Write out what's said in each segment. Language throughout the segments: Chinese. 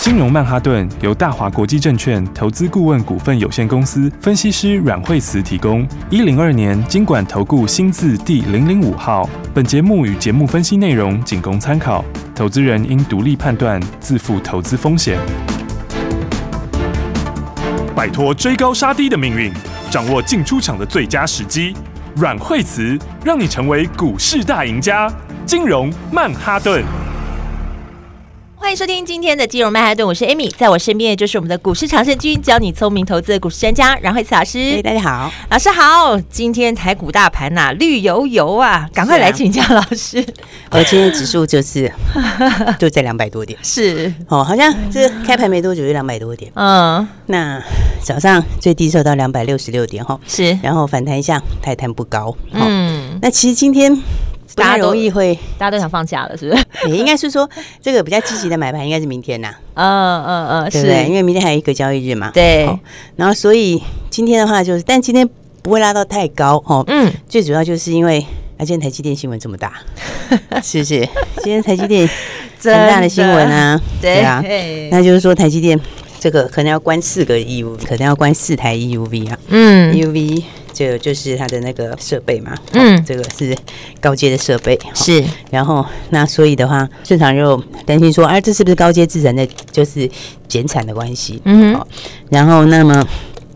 金融曼哈顿由大华国际证券投资顾问股份有限公司分析师阮惠慈提供。102年金管投顾新字第005号。本节目与节目分析内容仅供参考，投资人应独立判断，自负投资风险。摆脱追高杀低的命运，掌握进出场的最佳时机。阮惠慈让你成为股市大赢家。金融曼哈顿。 欢迎收听今天的金融曼哈顿，我是 Amy， 在我身边的就是我们的股市常胜军，教你聪明投资的股市专家阮惠慈老师。 大家好， 老师好。今天台股大盘绿油油啊，赶快来请教老师。 今天指数就是就在200多点， 是好像这开盘没多久就200多点，那早上最低受到266点是， 然后反弹一下，它弹不高，那其实今天不太容易会， 大家都想放假了，是不是？ 也应该是说，这个比较积极的买盘应该是明天呐。对不是， 对？因为明天还有一个交易日嘛。 对。 然后所以今天的话就是，但今天不会拉到太高最主要就是因为今天台积电新闻这么大，是不是？今天台积电很大的新闻啊，对啊，那就是说台积电这个可能要关4个 EUV， 可能要关4台 EUV 啊，EUV。这个就是它的那个设备嘛，这个是高阶的设备， 是。 然后那所以的话，市场就担心说，这是不是高阶制程的，就是减产的关系？然后那么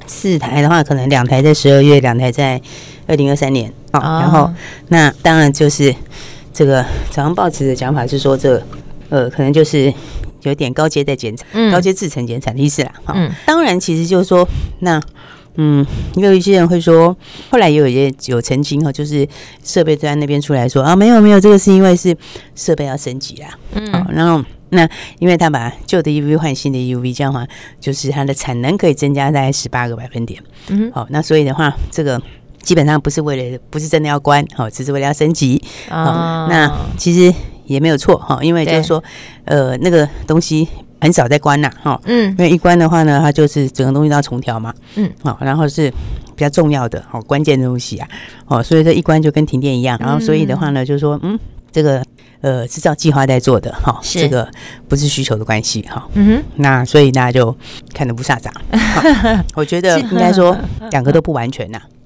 4台的话，可能2台在12月，2台在2023年然后那当然就是这个早上报纸的讲法是说，这可能就是有点高阶在减产，高阶制程减产的意思啦。当然其实就是说那。因为有一些人会说，后来也有澄清就是设备在那边出来说没有，这个是因为是设备要升级啦。然后那因为他把旧的 EUV 换新的 EUV， 这样的话就是它的产能可以增加大概18个百分点。那所以的话，这个基本上不是真的要关，只是为了要升级。那其实也没有错因为就是说那个东西。很少在关因为一关的话呢，它就是整个东西都要重调嘛，然后是比较重要的关键的东西啊，所以这一关就跟停电一样，然后所以的话呢，就是说这个是照计划在做的这个不是需求的关系那所以大家就看得不飒飒我觉得应该说2个都不完全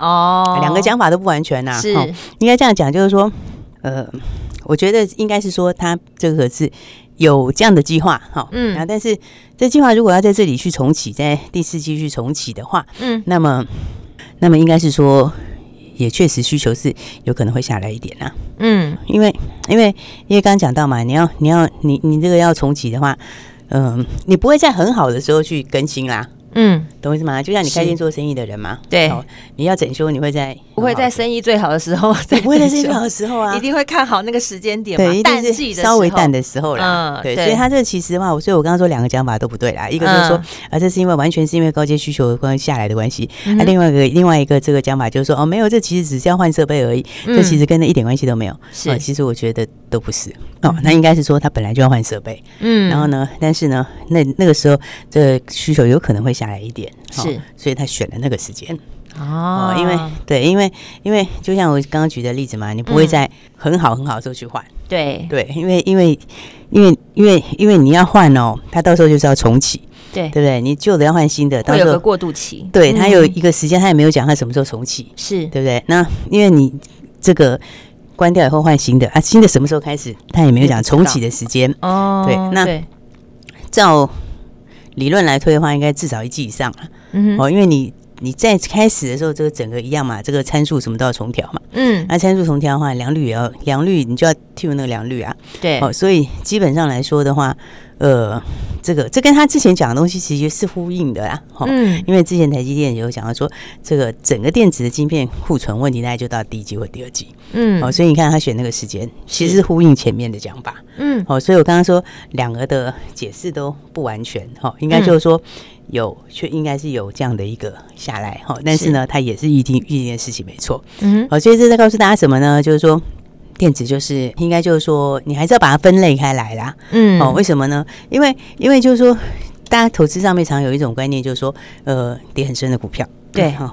2个讲法都不完全是应该这样讲，就是说我觉得应该是说它这个是。有这样的计划但是这计划如果要在这里去重启，在第4季去重启的话那么应该是说也确实需求是有可能会下来一点因为刚刚讲到嘛，你这个要重启的话你不会在很好的时候去更新啦懂我意思吗？就像你开店做生意的人嘛， 对， 你要整修，你会不会在生意最好的时候， 不会在生意最好的时候啊， 一定会看好那个时间点嘛， 对，一定是稍微淡的时候啦，对，所以他这其实的话，所以我刚刚说2个讲法都不对啦，一个就是说这是因为完全是因为高阶需求下来的关系，另外一个这个讲法就是说没有，这其实只是要换设备而已，这其实跟那一点关系都没有，其实我觉得都不是那应该是说他本来就要换设备，然后呢，但是呢，那个时候这个需求有可能会下来一点，是，所以他选了那个时间因为就像我刚刚举的例子嘛，你不会在很好的时候去换，对，因为你要换它到时候就是要重启，对不对？你旧的要换新的， 会有个过渡期， 对，它有一个时间，它也没有讲它什么时候重启，是对不对？那因为你这个关掉以后换新的新的什么时候开始，它也没有讲重启的时间对，那照理论来推的话，应该至少1季以上了因为你在开始的时候，这个整个一样嘛，这个参数什么都要重调嘛。那参数重调的话，良率你就要 tune 那个良率啊。对。所以基本上来说的话，这跟他之前讲的东西其实是呼应的啦。因为之前台积电有讲到说，这个整个电子的晶片库存问题，大概就到第1季或第2季。所以你看他选那个时间，其实是呼应前面的讲法。所以我刚刚说2个的解释都不完全。应该就是说。却应该是有这样的一个下来但是呢，它也是预定的事情没错。所以这在告诉大家什么呢？就是说，电子就是应该就是说，你还是要把它分类开来啦。为什么呢？因为就是说，大家投资上面常有一种观念，就是说，跌很深的股票，对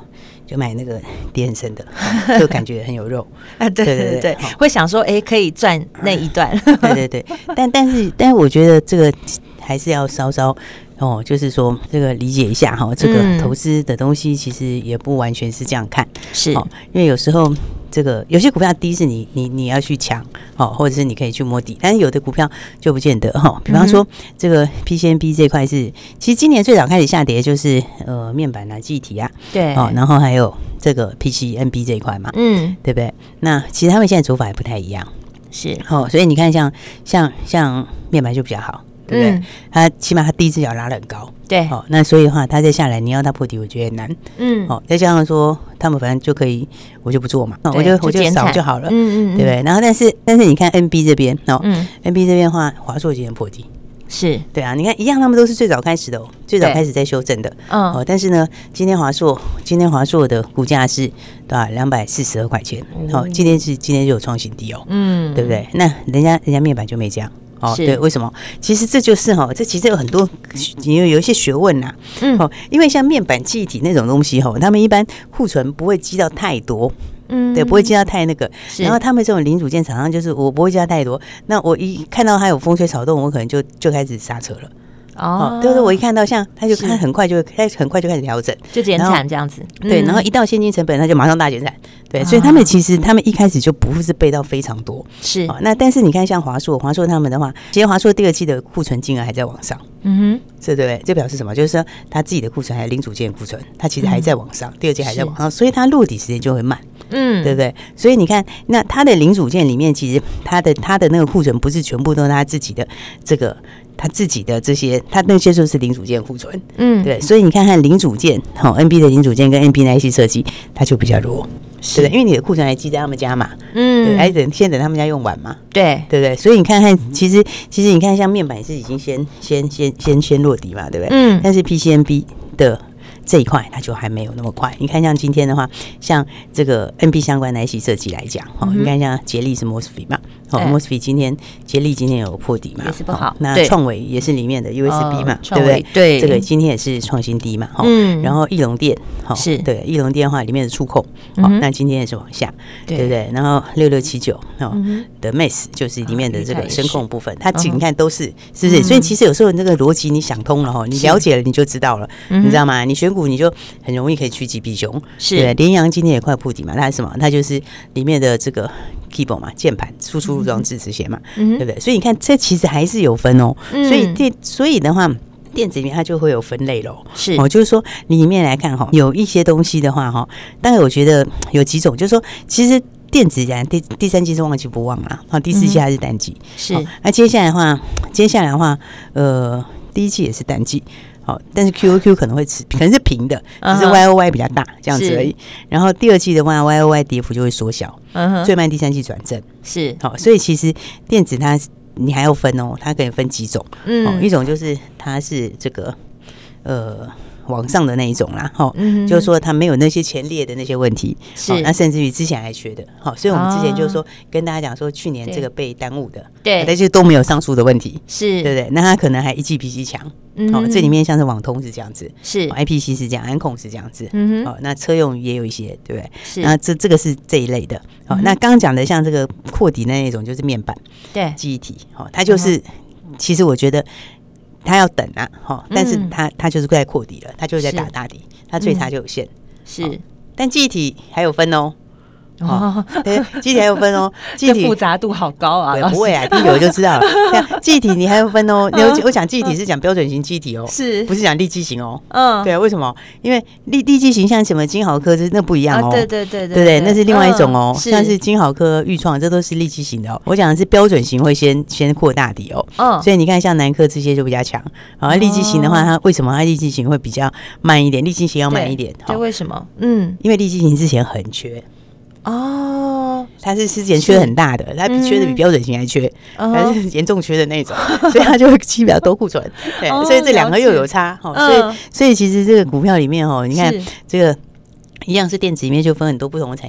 就买那个跌很深的，就感觉很有肉啊，对，会想说，可以赚那一段， 对，但是我觉得这个还是要稍稍就是说这个理解一下这个投资的东西其实也不完全是这样看， 是因为有时候这个有些股票低是你要去抢或者是你可以去摸底，但是有的股票就不见得比方说这个 PCNB 这块是，其实今年最早开始下跌就是面板记忆体啊， 对然后还有这个 PCNB 这一块嘛，对不对？那其实他们现在走法也不太一样， 是所以你看像面板就比较好。对不对？它起码它第一只脚拉得很高， 对， 那所以的话，它再下来，你要它破底，我觉得很难，再加上说他们反正就可以，我就不做嘛，我就少就好了，对不对？然后但是你看 NB 这边，NB 这边的话，华硕今天破底， 是对啊，你看一样，他们都是最早开始的最早开始在修正的，但是呢，今天华硕的股价是对吧？242块钱，今天就有创新低对不对？那人家面板就没这样。对，为什么？其实这就是这其实有很多有一些学问呐。因为像面板记忆体那种东西他们一般库存不会积到太多。对，不会积到太那个。然后他们这种零组件厂商就是我不会积到太多，那我一看到它有风吹草动，我可能就开始刹车了。对不对？我一看到像他很快就开始调整， 就减产这样子。 对，然后一到现金成本，他就马上大减产。对，所以他们其实一开始就不是备到非常多。 是那但是你看像华硕他们的话，其实华硕第二季的库存金额还在往上。这对不对？这表示什么？就是说他自己的库存还有零组件库存，它其实还在往上，第二季还在往上，所以它落底时间就会慢。对不对？所以你看，那它的零组件里面，其实它的那个库存不是全部都是他自己的他自己的这些，他那些就是零组件库存，对，所以你看看零组件，NB 的零组件跟 NB 的 IC 设计，它就比较弱，对不对？因为你的库存还积在他们家嘛，对，还先等他们家用完嘛，对不对？所以你看看，其实你看像面板也是已经先落底嘛，对不对？但是 PCNB 的这一块它就还没有那么快。你看像今天的话，像这个 NB 相关的 IC 设计来讲，你看像捷力是 MOSFET 嘛，MOSFET 捷力今天有破底嘛， 也是不好。 那创维也是里面的 USB 嘛，对不对？ 对， 这个今天也是创新低嘛，然后翼龙电是对翼龙电的话里面的触控，那今天也是往下，对不对？然后6679的 Max 就是里面的这个声控部分，它你看都是不是？所以其实有时候那个逻辑你想通了你了解了你就知道了，你知道吗？你选股你就很容易可以趋吉避凶，是联阳今天也快破底嘛，它是什么？它就是里面的这个 keyboard 嘛，键盘输出入装置这些嘛，对不对？所以你看这其实还是有分所以的话。电子里面它就会有分类咯，是就是说你里面来看有一些东西的话当然我觉得有几种，就是说其实电子第三季是旺季不旺啦，第四季还是淡季，是那接下来的话，第一季也是淡季。但是 QOQ 可能是平的，只是 YOY 比较大这样子而已。然后第二季的话 ，YOY 跌幅就会缩小，最慢第三季转正。是所以其实电子你还要分它可以分几种，一种就是它是这个往上的那一种啦，就是说它没有那些前列的那些问题，是那甚至于之前还缺的，所以我们之前就是说跟大家讲说，去年这个被耽误的，对，但是都没有上述的问题，是对不对？那它可能还一季比一季强，这里面像是网通是这样子，是 IPC 是这样，安控是这样子，那车用也有一些，对不对？是那这个是这一类的，那刚刚讲的像这个扩底那种就是面板，对，记忆体，它就是其实我觉得。他要等但是他就是在扩底了，他就是在打大底，他最差就有限，是，但记忆体还有分对，记忆体还有分记忆体复杂度好高啊， 不会啊，听久了就知道了。记忆体你还有分我讲记忆体是讲标准型记忆体是不是讲利基型对啊，为什么？因为利基型像什么金豪科那不一样对不对？那是另外一种像是金豪科、裕创这都是利基型的我讲的是标准型会先扩大底所以你看像南科这些就比较强利基型的话，它为什么它利基型会比较慢一点？利基型要慢一点， 对，为什么？ 因为利基型之前很缺。它是之前缺的很大的，它缺的比标准型还缺，它是严重缺的那种，所以它就会积比较多库存。对，所以这两个又有差所以其实这个股票里面你看这个一样是电子里面就分很多不同的产业，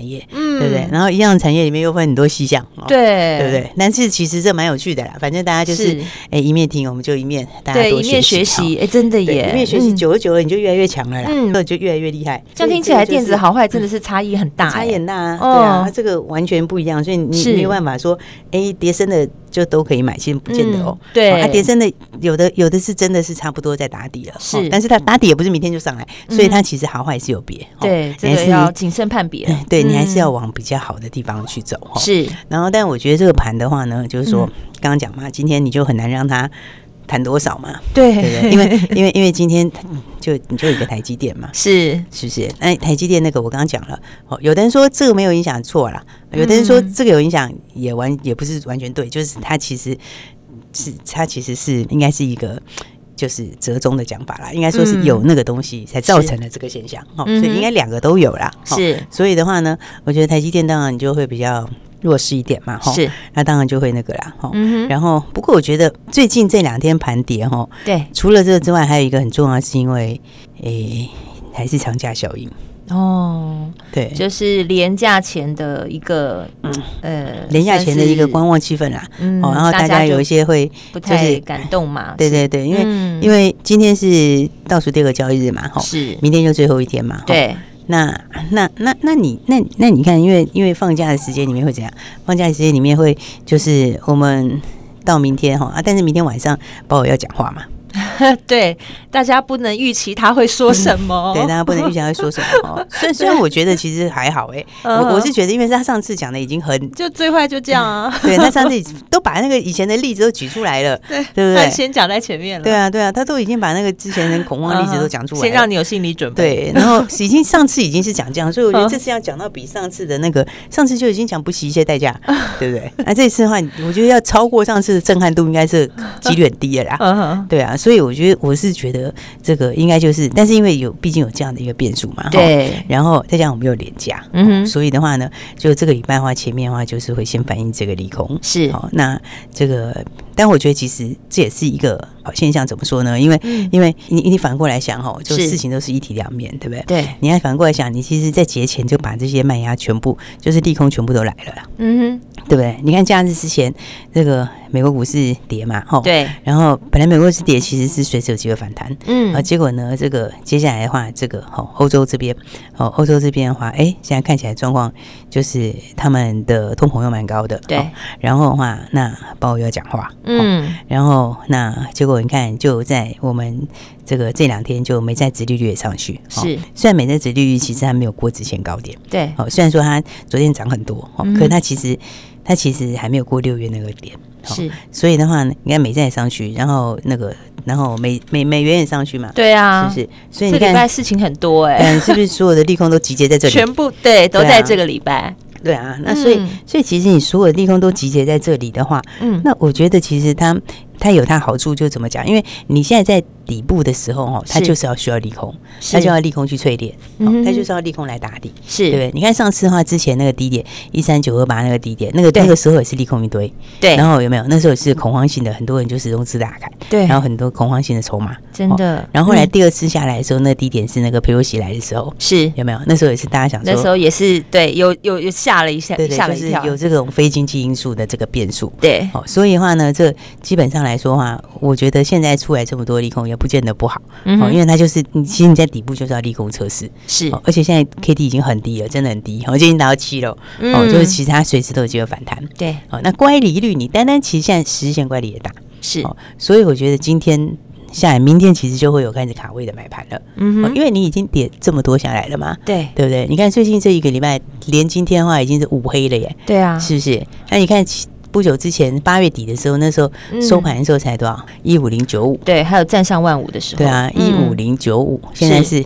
对不对？然后一样的产业里面又分很多细项， 对， 对不对？但是其实这蛮有趣的啦，反正大家就是一面听，我们就一面大家多一面学习，真的耶， 一面学习，久了你就越来越强了啦，就越来越厉害。 这样听起来电子好坏真的是差异很大， 差异很大啊，对啊，它这个完全不一样，所以你没有办法说，叠升的就都可以买，其实不见得哦。 对， 叠升的有的是真的是差不多在打底了， 是， 但是它打底也不是明天就上来，所以它其实好坏是有别。 对，这个要谨慎判别。 对，你还是要往比较好的地方去走。 是， 然后但我觉得这个盘的话呢，就是说刚刚讲嘛，今天你就很难让它谈多少嘛， 对， 因为今天你就有一个台积电嘛，是不是？那台积电那个我刚刚讲了，有的人说这个没有影响，错了；有的人说这个有影响，也不是完全对，就是它其实是应该是一个。就是折中的讲法啦，应该说是有那个东西才造成了这个现象，所以应该两个都有啦。 是， 所以的话呢，我觉得台积电当然你就会比较弱势一点嘛，是，那当然就会那个啦，然后不过我觉得最近这2天盘跌，对，除了这个之外，还有一个很重要，是因为还是长假效应。对， 就是连假前的一个连假前的一个观望气氛啦，然后大家有一些会不太感动嘛， 对，因为今天是倒数第2个交易日嘛，是，明天就最后一天嘛，对，那你看，因为放假的时间里面会怎样？放假的时间里面会就是我们到明天但是明天晚上鲍尔要讲话嘛。 对，大家不能预期他会说什么， 对，大家不能预期他会说什么。虽然我觉得其实还好我是觉得，因为他上次讲的已经就最坏就这样啊。 对，他上次都把那个以前的例子都举出来了，对不对？ 他先讲在前面了。 对啊，他都已经把那个之前的恐慌例子都讲出来了， 先让你有心理准备。 对，然后上次已经是讲这样，所以我觉得这次要讲到比上次的那个，上次就已经讲不惜一些代价，对不对？那这次的话，我觉得要超过上次的震撼度，应该是几率很低的啦。对啊，所以我是觉得这个应该就是，但是因为毕竟有这样的一个变数嘛，对，然后再加上我们有连假，所以的话呢，就这个礼拜的话，前面的话就是会先反映这个利空，是，那这个，但我觉得其实这也是一个好现象，怎么说呢？因为你反过来想就事情都是一体两面，对不对？对，你还反过来想，你其实在节前就把这些卖压全部就是利空全部都来了啦，对不对？你看假日之前这个美国股市跌嘛，对，然后本来美国股市跌其实是随时有机会反弹，结果呢，这个接下来的话，这个欧洲这边的话，现在看起来状况就是他们的通膨又蛮高的，对，然后的话，那鲍尔要讲话，然后那结果你看就在我们这2天就美债殖利率也上去，是，虽然美债殖利率其实还没有过之前高点，对，虽然说它昨天涨很多，可是它其实还没有过6月那个点，是，所以的话，你看美债也上去，然后美元也上去嘛，对啊，是不是？所以你看这礼拜事情很多是不是所有的利空都集结在这里？ 全部对，都在这个礼拜。 对啊，那所以其实你所有的利空都集结在这里的话，那我觉得其实它有它好处，就怎么讲？因为你现在在底部的时候它就是要需要利空，它就要利空去淬炼，它就是要利空来打底，是，对不对？你看上次的话，之前那个低点13928那个低点，那个时候也是利空一堆，对，然后有没有？那时候也是恐慌性的，很多人就是融资大砍，对，然后很多恐慌性的筹码，真的。然后后来第2次下来的时候，那低点是那个佩洛西来的时候，是有没有？那时候也是大家想说， 那时候也是对，有吓了一下，吓了一跳， 就是有这种非经济因素的这个变数，对，所以的话呢，这基本上来说的话，我觉得现在出来这么多利空也不见得不好，因为它就是其实你在底部就是要利空测试，是，而且现在 KD 已经很低了，真的很低，已经达到7了，就是其实它随时都有机会反弹，对，那乖离率你单其实现在10日线乖离也大，是，所以我觉得今天下来，明天其实就会有开始卡位的买盘了，因为你已经跌这么多下来了嘛，对不对？你看最近这1个礼拜，连今天的话已经是5黑了耶，对啊，是不是？那你看不久之前8月底的时候，那时候收盘的时候才多少？15095，对， 还有站上15000的时候， 对啊，15095，现在是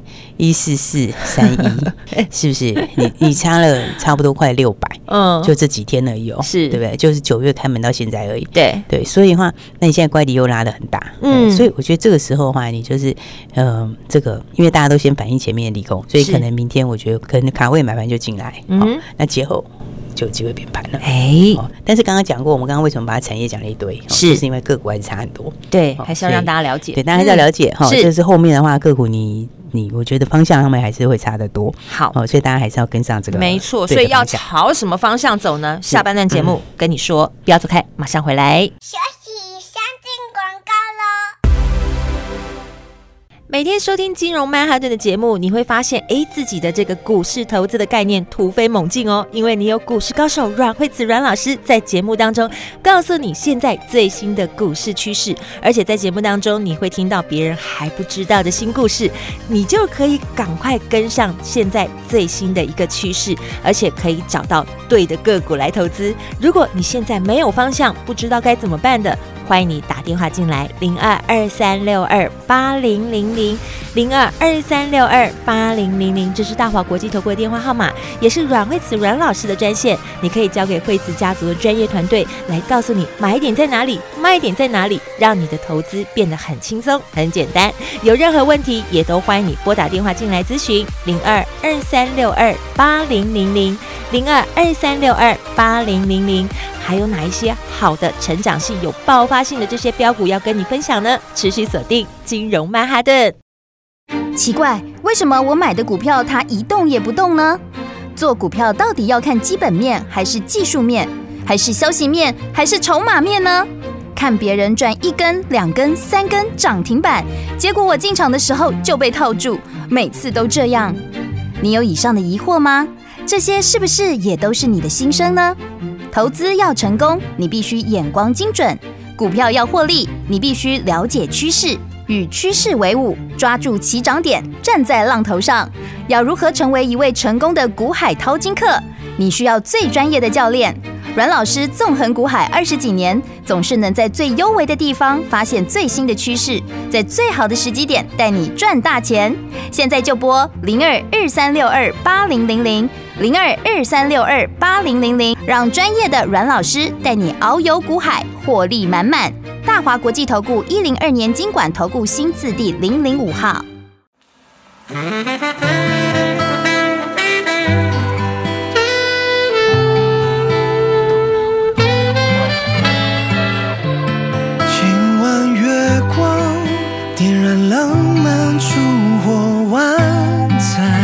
14431，是不是？你差了差不多快600，就这几天而已是，对不对？就是9月开门到现在而已，对，所以的话，那你现在乖离又拉得很大，所以我觉得这个时候的话，你就是这个，因为大家都先反映前面的利空，所以可能明天我觉得可能卡位买盘就进来，那节后就有机会变盘了，但是刚刚讲过，我们刚刚为什么把产业讲了一堆，是因为个股还是差很多， 对，还是要让大家了解， 对，大家还是要了解这是后面的话个股你我觉得方向他们还是会差得多。 好， 所以大家还是要跟上这个， 没错。所以要朝什么方向走呢？下半段节目跟你说，不要走开，马上回来。每天收听金融曼哈顿的节目，你会发现，自己的这个股市投资的概念突飞猛进哦，因为你有股市高手阮慧慈阮老师在节目当中告诉你现在最新的股市趋势，而且在节目当中你会听到别人还不知道的新故事，你就可以赶快跟上现在最新的一个趋势，而且可以找到对的个股来投资。如果你现在没有方向，不知道该怎么办的，欢迎你打电话进来0223628000，0223628000，这是大华国际投顾的电话号码，也是阮慧慈阮老师的专线。你可以交给慧慈家族的专业团队来告诉你买点在哪里，卖点在哪里，让你的投资变得很轻松很简单。有任何问题也都欢迎你拨打电话进来咨询0223628000，0223628000。还有哪一些好的成长性有爆发性的这些标股要跟你分享呢？持续锁定金融曼哈顿。 奇怪，为什么我买的股票它一动也不动呢？做股票到底要看基本面，还是技术面，还是消息面，还是筹码面呢？看别人赚1根、2根、3根涨停板，结果我进场的时候就被套住，每次都这样。你有以上的疑惑吗？这些是不是也都是你的心声呢？投资要成功，你必须眼光精准；股票要获利，你必须了解趋势，与趋势为伍，抓住起涨点，站在浪头上。要如何成为一位成功的股海淘金客？你需要最专业的教练。阮老师纵横股海20几年，总是能在最优微的地方发现最新的趋势，在最好的时机点带你赚大钱。现在就拨0223628000，0223628000，让专业的阮老师带你遨游股海，获利满满。大华国际投顾102年金管投顾新字第005号。 点燃浪漫烛火晚餐，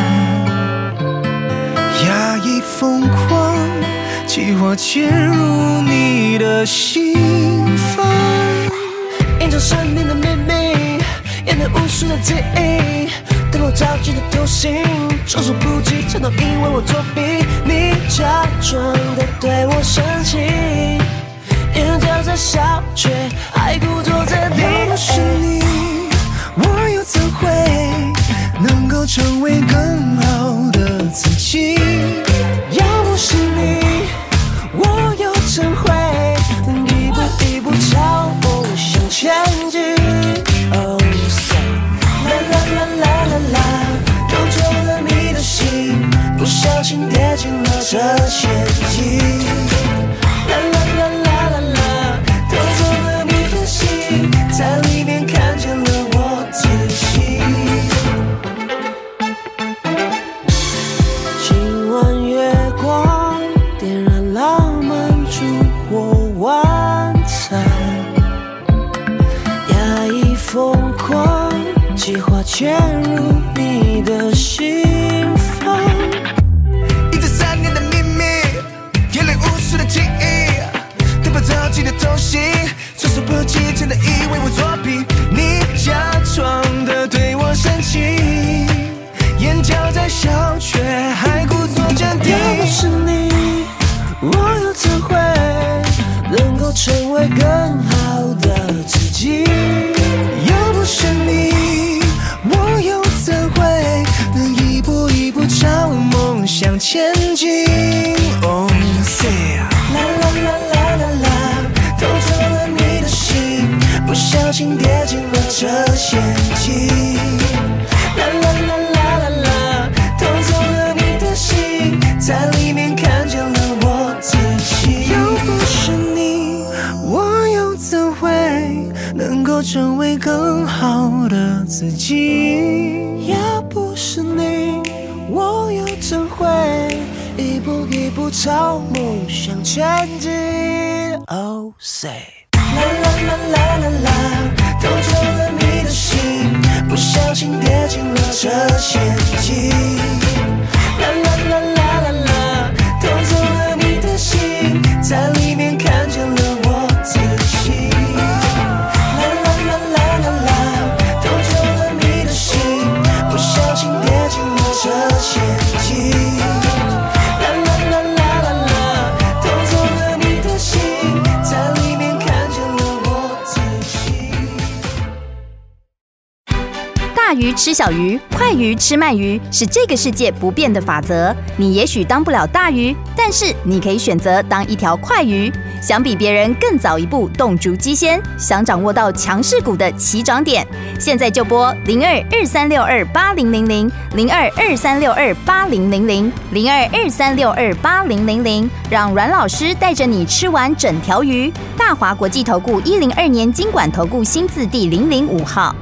压抑疯狂，计划潜入你的心房，隐藏生命的秘密，演了无数的记忆，等我着急的头型，措手不及，全都因为我作弊。你假装的对我生气，眼角在笑，却还故作镇定。要不是你，我又怎会能够成为更好的自己？要不是你，我又怎会能一步一步朝梦想前进？ Oh say la la la la la la， 偷走了你的心，不小心跌进了这陷阱。La la la la la la， 偷走了你的心，在里面看见了我自己。今晚月光点燃浪漫烛火晚餐，压抑疯狂，计划潜入你的心房。一直3年的秘密，眼泪无数的记忆，得不到记的东西，措手不及，真的以为我作弊。你假装的对我生气，眼角在笑，却还故作镇定。要不是你，我又怎会能够成为更好的自己？要不是你，我又怎会能一步一步朝梦想前进？ Oh say la la la la la la， 偷走了你的心，不小心跌进了这陷阱。La la la la la la， 偷走了你的心，在里面看见了我自己。要不是你，我又怎会能够成为更好的自己？要不是你，我又怎会一步一步朝梦想前进？ Oh say la la la la la la， 偷走了你的心，不小心跌进了这这陷阱。啦啦啦啦啦啦，偷走了你的心，在里面看见了我自己。啦啦啦啦啦啦，偷走了你的心，不小心跌进了这陷阱。啦啦啦啦啦啦，偷走了你的心，在里面看见了我自己。 大鱼吃小鱼，快鱼吃慢鱼，是这个世界不变的法则。你也许当不了大鱼，但是你可以选择当一条快鱼。想比别人更早一步动足机先，想掌握到强势股的起涨点，现在就拨0223628000 0223628000 0223628000，让阮老师带着你吃完整条鱼。大华国际投顾102年金管投顾新字第005号。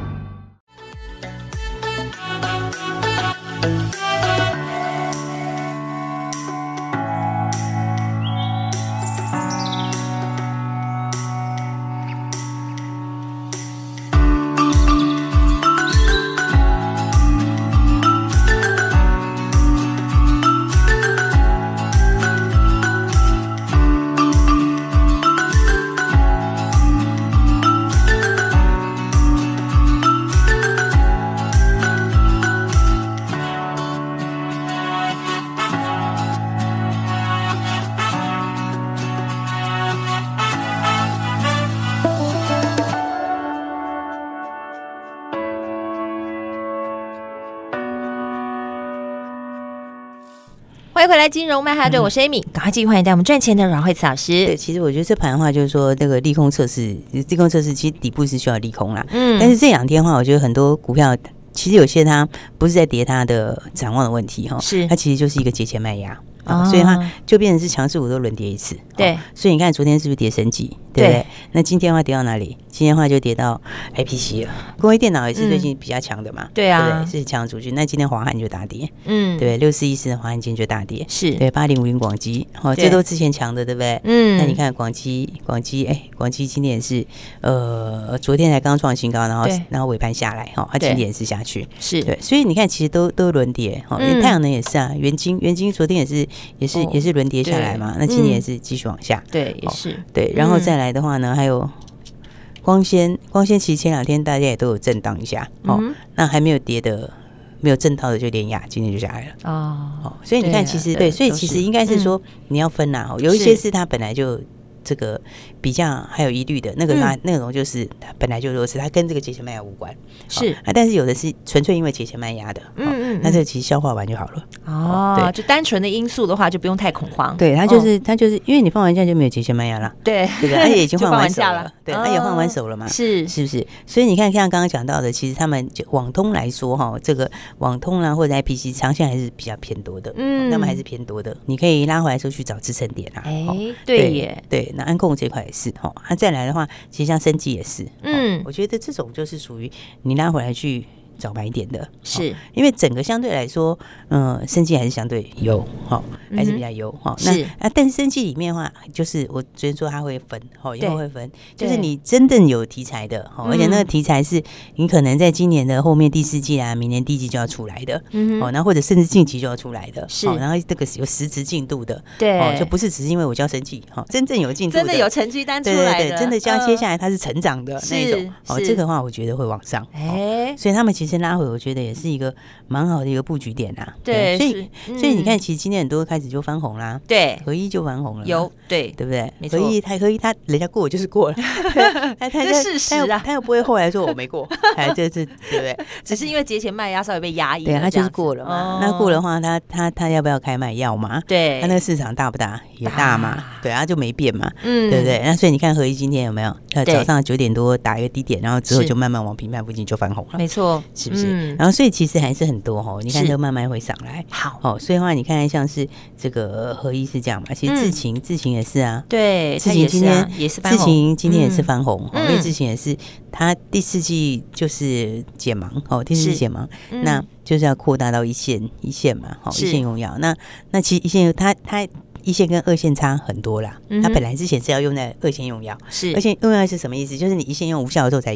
欢迎回来，金融曼哈顿，我是 Amy，赶快继续欢迎带我们赚钱的阮慧慈老师。 对，其实我觉得这盘的话，就是说那个利空测试，其实底部是需要利空啦。但是这两天的话，我觉得很多股票其实有些它不是在跌它的展望的问题哈， 是它其实就是一个节前卖压。所以它就变成是强势股都轮跌一次。 对， 所以你看昨天是不是跌升级，对不对？那今天的话跌到哪里？今天的话就跌到 IPC 了。工业电脑也是最近比较强的嘛， 对啊， 对不对？是强出去。那今天华汉就大跌，对，6414的华汉今天就大跌， 是对，8050广基，这都之前强的，对不对？那你看广基，广基今天也是，昨天才刚创新高，然后尾盘下来，它今天也是下去， 是对， 所以你看其实都轮跌，太阳能也是啊，元晶昨天也是轮跌下来嘛，那今年也是继续往下， 对，也是对，然后再来的话呢，还有光纤其实前两天大家也都有震荡一下，那还没有跌的。没有震到的就连亚今天就下来了哦，所以你看，其实对，所以其实应该是说你要分啦，有一些是它本来就这个比较还有疑虑的那个，它那种就是它本来就弱势，它跟这个节前卖压无关， 是啊，但是有的是纯粹因为节前卖压的，那这个其实消化完就好了哦，对，就单纯的因素的话就不用太恐慌， 对，它就是因为你放完假就没有节前卖压了， 对， 对不对？它也已经换完手了，对，它也换完手了嘛， 是不是？所以你看，像刚刚讲到的，其实他们网通来说哈，这个网通啦或者 IPC 长线还是比较偏多的，那么还是偏多的，你可以拉回来的时候去找支撑点啊， 对耶， 对。那安控这块也是哈，那再来的话，其实像生技也是，我觉得这种就是属于你拉回来去找买点的， 是因为整个相对来说，生技还是相对优哈，还是比较优哈。那但是生技里面的话，就是我昨天说它会分，以后会分，就是你真正有题材的，而且那个题材是你可能在今年的后面第四季啊，明年第一季就要出来的，然后或者甚至近期就要出来的，是，然后这个有实质进度的， 对， 就不是只是因为我叫生技，真正有进度的， 真的有成绩单出来的， 对，真的将接下来它是成长的那一种，这个的话我觉得会往上，所以他们其实拉回，我觉得也是一个蛮好的一个布局点啊。 对， 所以你看，其实今天很多开始就翻红啦， 对， 合一就翻红了， 有对不对？ 没错， 合一他人家过就是过了， 这事实啊， 他又不会后来说我没过，这对不对？ 只是因为节前卖压稍微被压抑， 对，他就是过了嘛。那过的话，他要不要开卖？要嘛？ 对， 他那个市场大不大？也大嘛，对，他就没变嘛，对不对？那所以你看合一今天有没有？早上9点多打一个低点，然后之后就慢慢往平盘附近就翻红了， 没错， 是不是？然后所以其实还是很多哦，你看这慢慢会上来。好，所以的话你看像是这个合一是这样嘛，其实智勤也是啊， 对， 智勤今天也是翻红， 智勤今天也是翻红，因为智勤也是它第四季就是解盲哦，第四季解盲，那就是要扩大到一线嘛，好，一线用药，那其实一线它一线跟二线差很多啦，它本来之前是要用在二线用药，是二线用药是什么意思？就是你一线用无效的时候才用，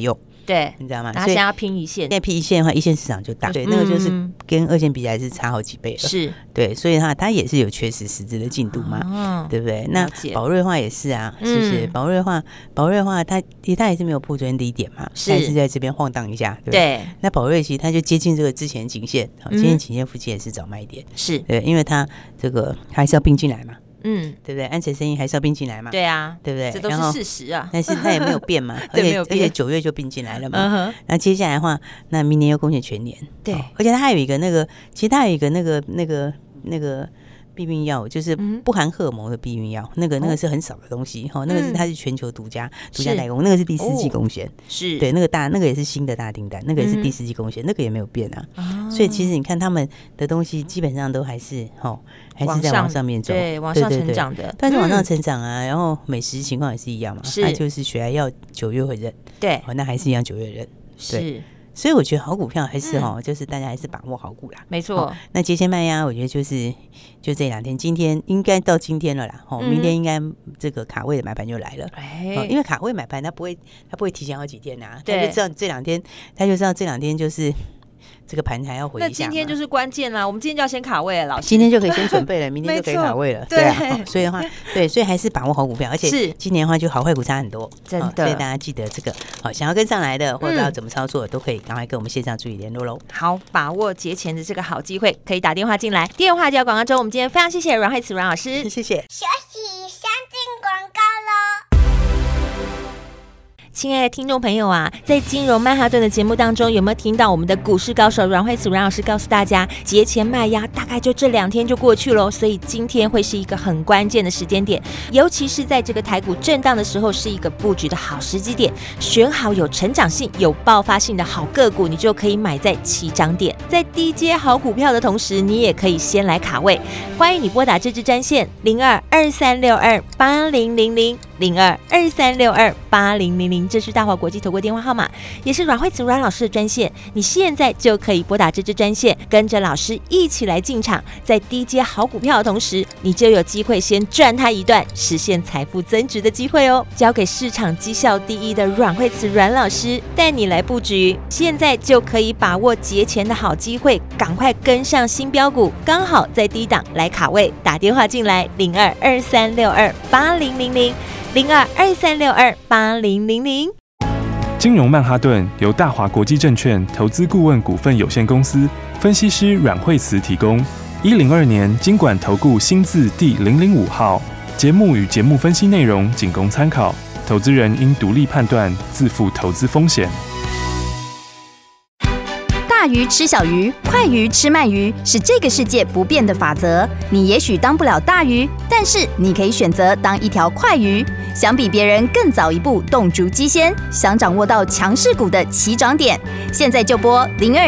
对， 你知道吗？ 然后现在要拼一线， 现在拼一线的话，一线市场就大，对，那个就是跟二线比起来是差好几倍了， 是， 对，所以它也是有确实实质的进度嘛，对不对？那宝瑞化也是啊，是不是？宝瑞化它也是没有破昨天低点嘛，它也是在这边晃荡一下，对不对？那宝瑞其实它就接近这个之前颈线，今天颈线附近也是找卖点， 是对，因为它这个还是要并进来嘛。对不对？安全生意还是要并进来嘛？ 对啊， 对不对？ 这都是事实啊。 但是它也没有变嘛，而且9月就并进来了嘛。那接下来的话，那明年又贡献全年。 对， 而且它还有一个其实它还有一个那个避孕药，就是不含荷尔蒙的避孕药，那个是很少的东西哈，那个它是全球独家代工，那个是第4季贡献， 是对，那个也是新的大订单，那个也是第4季贡献，那个也没有变啊。所以其实你看他们的东西基本上都还是在往上面走， 对，往上成长的， 但是往上成长啊。然后美食情况也是一样嘛，它就是血癌药9月会认， 对， 那还是一样9月认， 是。 所以我觉得好股票还是就是大家还是把握好股啦， 没错。 那节前卖压，我觉得就这2天，今天应该到今天了啦，明天应该这个卡位的买盘就来了，因为卡位买盘它不会提前好几天啊，他就知道这2天，他就知道这2天就是这个盘还要回一下。 那今天就是关键啦，我们今天就要先卡位了，老师。 今天就可以先准备了，明天就可以卡位了，对啊。所以的话，所以还是把握好股票，而且今年的话就好坏股差很多， 真的。 所以大家记得这个，想要跟上来的或者要怎么操作，都可以赶快跟我们线上助理联络喽。 好，把握节前的这个好机会，可以打电话进来。电话就要广告中，我们今天非常谢谢阮慧慈阮老师， 谢谢。 休息，先进广告喽。 亲爱的听众朋友啊，在金融曼哈顿的节目当中，有没有听到我们的股市高手阮慧慈阮老师告诉大家，节前卖压大概就这2天就过去了，所以今天会是一个很关键的时间点，尤其是在这个台股震荡的时候，是一个布局的好时机点。选好有成长性、有爆发性的好个股，你就可以买在起涨点，在低阶好股票的同时，你也可以先来卡位。欢迎你拨打这支专线0223628000。0223628000，这是大华国际投顾电话号码，也是阮慧慈阮老师的专线。你现在就可以拨打这支专线，跟着老师一起来进场，在低阶好股票的同时，你就有机会先赚它一段，实现财富增值的机会哦。交给市场绩效第一的阮慧慈阮老师带你来布局，现在就可以把握节前的好机会，赶快跟上新标股，刚好在低档来卡位。打电话进来0223628000，0223628000。 金融曼哈顿由大华国际证券投资顾问股份有限公司分析师阮慧慈提供。102年金管投顾新字第005号。节目与节目分析内容仅供参考，投资人应独立判断，自负投资风险。 大鱼吃小鱼，快鱼吃慢鱼，是这个世界不变的法则。你也许当不了大鱼，但是你可以选择当一条快鱼。想比别人更早一步动足机先，想掌握到强势股的起涨点，现在就拨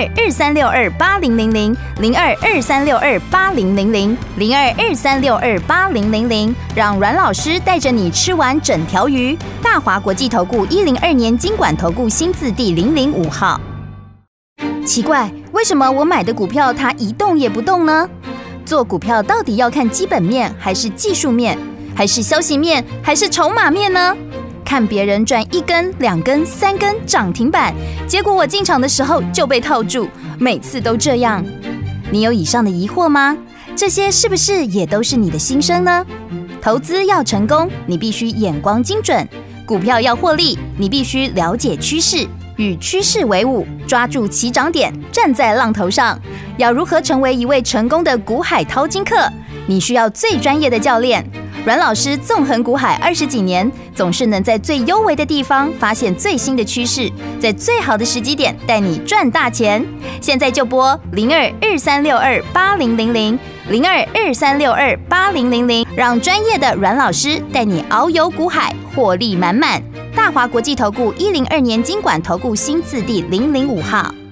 0223628000，0223628000，0223628000，让阮老师带着你吃完整条鱼。大华国际投顾102年金管投顾新字第005号。奇怪，为什么我买的股票它一动也不动呢？做股票到底要看基本面，还是技术面，还是消息面，还是筹码面呢？看别人赚1根、2根、3根涨停板，结果我进场的时候就被套住，每次都这样。你有以上的疑惑吗？这些是不是也都是你的心声呢？投资要成功，你必须眼光精准；股票要获利，你必须了解趋势。与趋势为伍，抓住起涨点，站在浪头上。要如何成为一位成功的股海淘金客？你需要最专业的教练。阮老师纵横股海20几年，总是能在最优微的地方发现最新的趋势，在最好的时机点带你赚大钱。现在就拨0223628000，0223628000，让专业的阮老师带你遨游股海，获利满满。大华国际投顾102年金管投顾新字第005号。